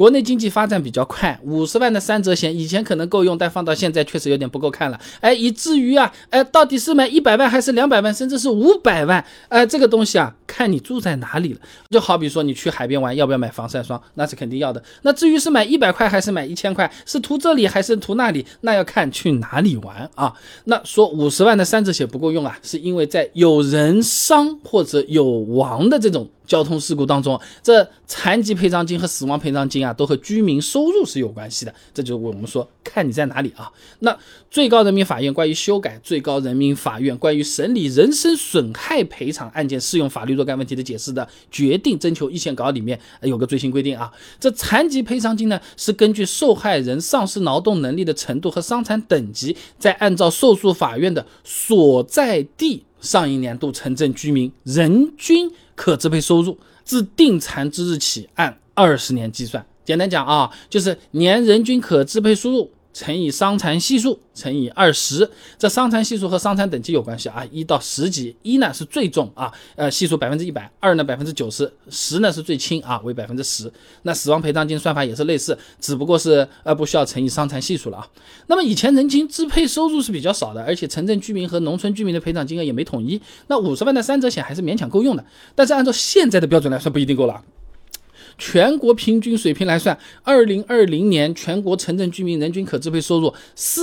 国内经济发展比较快，50万的3责险以前可能够用，但放到现在确实有点不够看了。以至于到底是买100万还是200万，甚至是500万？这个东西看你住在哪里了。就好比说你去海边玩，要不要买防晒霜？那是肯定要的。那至于是买100块还是买1000块，是图这里还是图那里，那要看去哪里玩啊。那说50万的3责险不够用是因为在有人伤或者有亡的这种交通事故当中，这残疾赔偿金和死亡赔偿金都和居民收入是有关系的。这就是我们说看你在哪里那最高人民法院关于修改最高人民法院关于审理人身损害赔偿案件适用法律若干问题的解释的决定征求意见稿里面有个最新规定这残疾赔偿金呢是根据受害人丧失劳动能力的程度和伤残等级，再按照受诉法院的所在地上一年度城镇居民人均可支配收入自定残之日起按20年计算。简单讲就是年人均可支配收入乘以伤残系数乘以20，这伤残系数和伤残等级有关系1到10级，1呢是最重系数100%，2呢90%，10呢是最轻为10%。那死亡赔偿金算法也是类似，只不过是不需要乘以伤残系数了那么以前人均支配收入是比较少的，而且城镇居民和农村居民的赔偿金额也没统一，那50万的3责险还是勉强够用的，但是按照现在的标准来算不一定够了。全国平均水平来算，2020年全国城镇居民人均可支配收入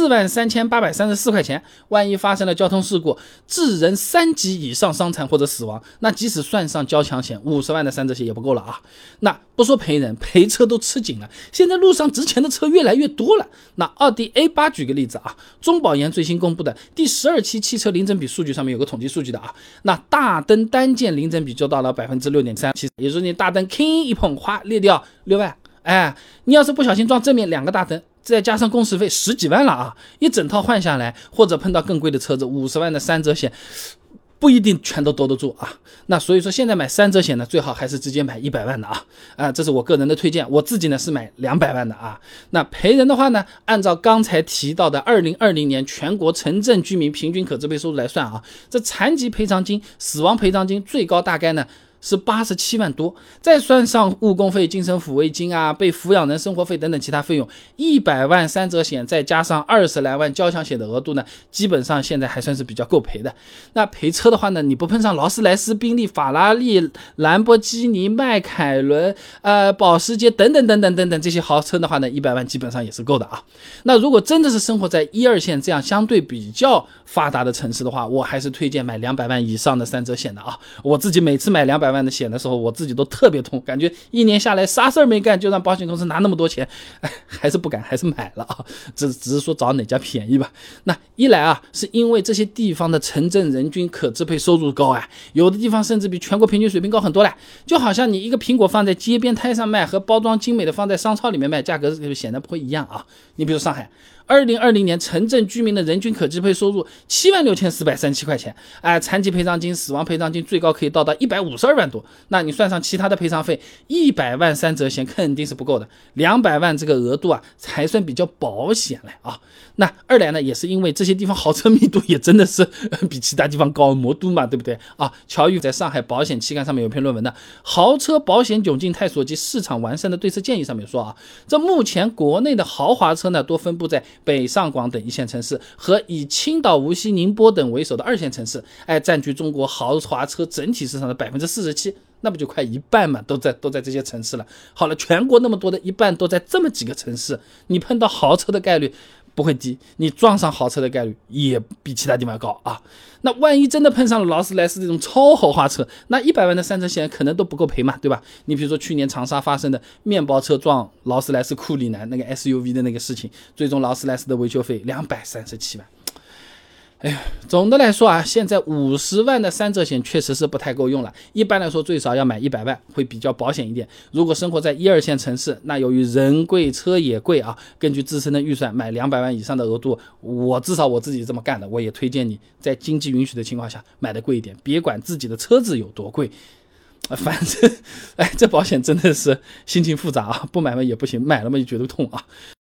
43834块钱，万一发生了交通事故，致人3级以上伤残或者死亡，那即使算上交强险，50万的3责险也不够了那不说赔人，赔车都吃紧了，现在路上值钱的车越来越多了。那奥迪 A8 举个例子中保研最新公布的第12期汽车零整比数据上面有个统计数据的那大灯单件零整比就到了 6.3%， 也就是你大灯 king 一碰哗裂掉6万，你要是不小心撞正面2个大灯，再加上工时费10几万了一整套换下来，或者碰到更贵的车子，50万的3责险不一定全都兜得住那所以说现在买3责险呢，最好还是直接买100万的这是我个人的推荐。我自己呢是买200万的那赔人的话呢，按照刚才提到的2020年全国城镇居民平均可支配收入来算这残疾赔偿金、死亡赔偿金最高大概呢是87万多，再算上误工费、精神抚慰金被抚养人生活费等等其他费用，100万3责险再加上20来万交强险的额度呢，基本上现在还算是比较够赔的。那赔车的话呢，你不碰上劳斯莱斯、宾利、法拉利、兰博基尼、迈凯伦、保时捷等等等等等等这些豪车的话呢，100万基本上也是够的那如果真的是生活在1、2线这样相对比较发达的城市的话，我还是推荐买200万以上的3责险的我自己每次买200万的险的时候，我自己都特别痛，感觉一年下来啥事儿没干，就让保险公司拿那么多钱，还是不敢，还是买了只是说找哪家便宜吧。那一来是因为这些地方的城镇人均可支配收入高有的地方甚至比全国平均水平高很多就好像你一个苹果放在街边摊上卖和包装精美的放在商超里面卖，价格显然不会一样你比如上海2020年城镇居民的人均可支配收入76437块钱残疾赔偿金、死亡赔偿金最高可以到152万多，那你算上其他的赔偿费，100万3责险肯定是不够的，200万这个额度才算比较保险了那二来呢，也是因为这些地方豪车密度也真的是比其他地方高魔都嘛，对不对乔玉在上海保险期刊上面有篇论文的《豪车保险窘境探索及市场完善的对策建议》上面说这目前国内的豪华车呢，多分布在北上广等1线城市和以青岛、无锡、宁波等为首的2线城市，占据中国豪华车整体市场的47%，那不就快一半嘛，都在这些城市了。好了，全国那么多的一半都在这么几个城市，你碰到豪车的概率不会低，你撞上豪车的概率也比其他地方高那万一真的碰上了劳斯莱斯这种超豪华车，那100万的3责险可能都不够赔嘛，对吧？你比如说去年长沙发生的面包车撞劳斯莱斯库里南那个 SUV 的那个事情，最终劳斯莱斯的维修费237万。总的来说现在50万的3责险确实是不太够用了，一般来说最少要买100万会比较保险一点。如果生活在1、2线城市，那由于人贵车也贵根据自身的预算买200万以上的额度，至少我自己这么干的，我也推荐你在经济允许的情况下买的贵一点，别管自己的车子有多贵。反正这保险真的是心情复杂不买嘛也不行，买了嘛就觉得痛